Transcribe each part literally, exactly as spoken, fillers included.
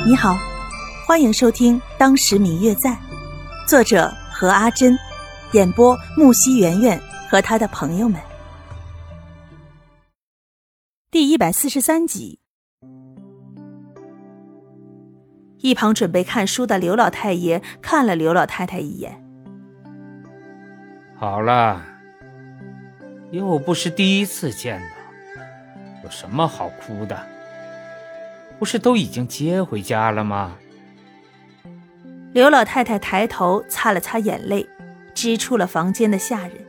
你好，欢迎收听《当时明月在》，作者何阿珍，演播木西圆圆和他的朋友们。第一百四十三集。一旁准备看书的刘老太爷看了刘老太太一眼。 好了，又不是第一次见了，有什么好哭的？不是都已经接回家了吗？ 刘老太太抬头擦了擦眼泪，支出了房间的下人。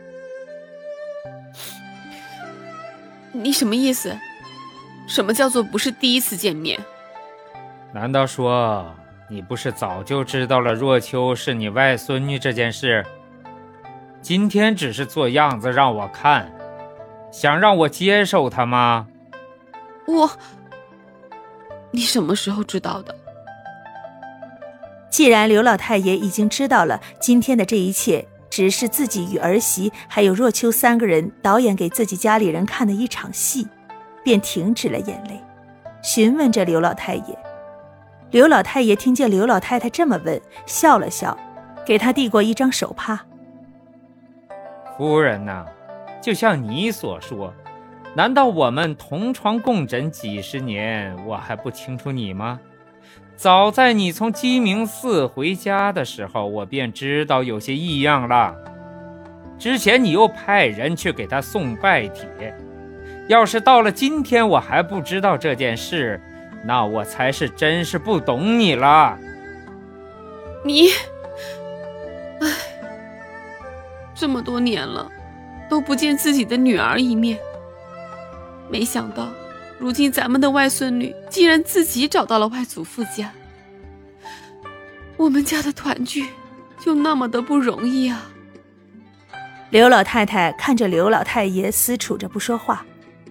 你什么意思？什么叫做不是第一次见面？ 难道说你不是早就知道了若秋是你外孙女这件事？今天只是做样子让我看，想让我接受她吗？ 我……你什么时候知道的？ 既然刘老太爷已经知道了今天的这一切只是自己与儿媳还有若秋三个人导演给自己家里人看的一场戏，便停止了眼泪，询问着刘老太爷。刘老太爷听见刘老太太这么问，笑了笑，给她递过一张手帕。 夫人呐、啊，就像你所说，难道我们同床共枕几十年，我还不清楚你吗？早在你从鸡鸣寺回家的时候，我便知道有些异样了。之前你又派人去给他送拜帖，要是到了今天我还不知道这件事，那我才是真是不懂你了。 你，唉，这么多年了，都不见自己的女儿一面。没想到如今咱们的外孙女竟然自己找到了外祖父家，我们家的团聚就那么的不容易啊。 刘老太太看着刘老太爷思忖着不说话。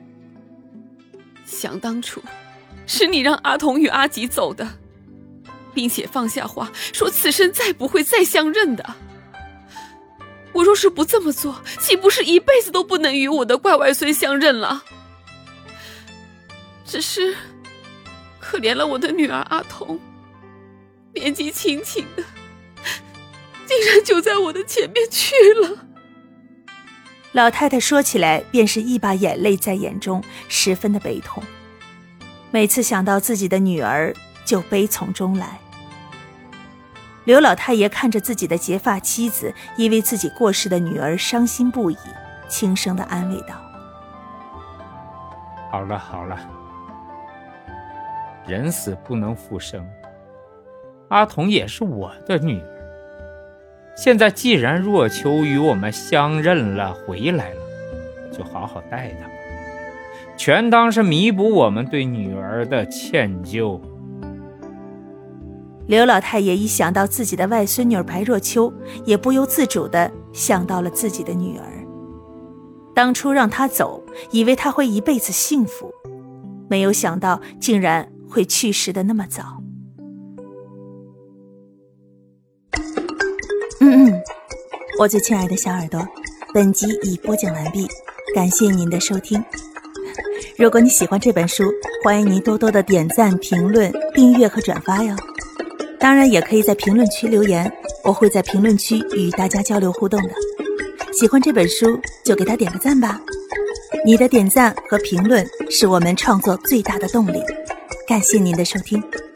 想当初是你让阿童与阿吉走的，并且放下话说此生再不会再相认的。我若是不这么做，岂不是一辈子都不能与我的怪外孙相认了？只是可怜了我的女儿阿童，年纪轻轻的，竟然就在我的前面去了。 老太太说起来便是一把眼泪在眼中，十分的悲痛。每次想到自己的女儿，就悲从中来。刘老太爷看着自己的结发妻子因为自己过世的女儿伤心不已，轻声地安慰道： 好了好了，人死不能复生，阿童也是我的女儿。现在既然若秋与我们相认了，回来了，就好好待她吧，全当是弥补我们对女儿的歉疚。 刘老太爷一想到自己的外孙女白若秋，也不由自主地想到了自己的女儿。当初让她走，以为她会一辈子幸福，没有想到竟然会去世的那么早。嗯嗯，我最亲爱的小耳朵，本集已播讲完毕，感谢您的收听。如果你喜欢这本书，欢迎您多多的点赞、评论、订阅和转发哟。当然也可以在评论区留言，我会在评论区与大家交流互动的。喜欢这本书就给它点个赞吧，你的点赞和评论是我们创作最大的动力。感谢您的收听。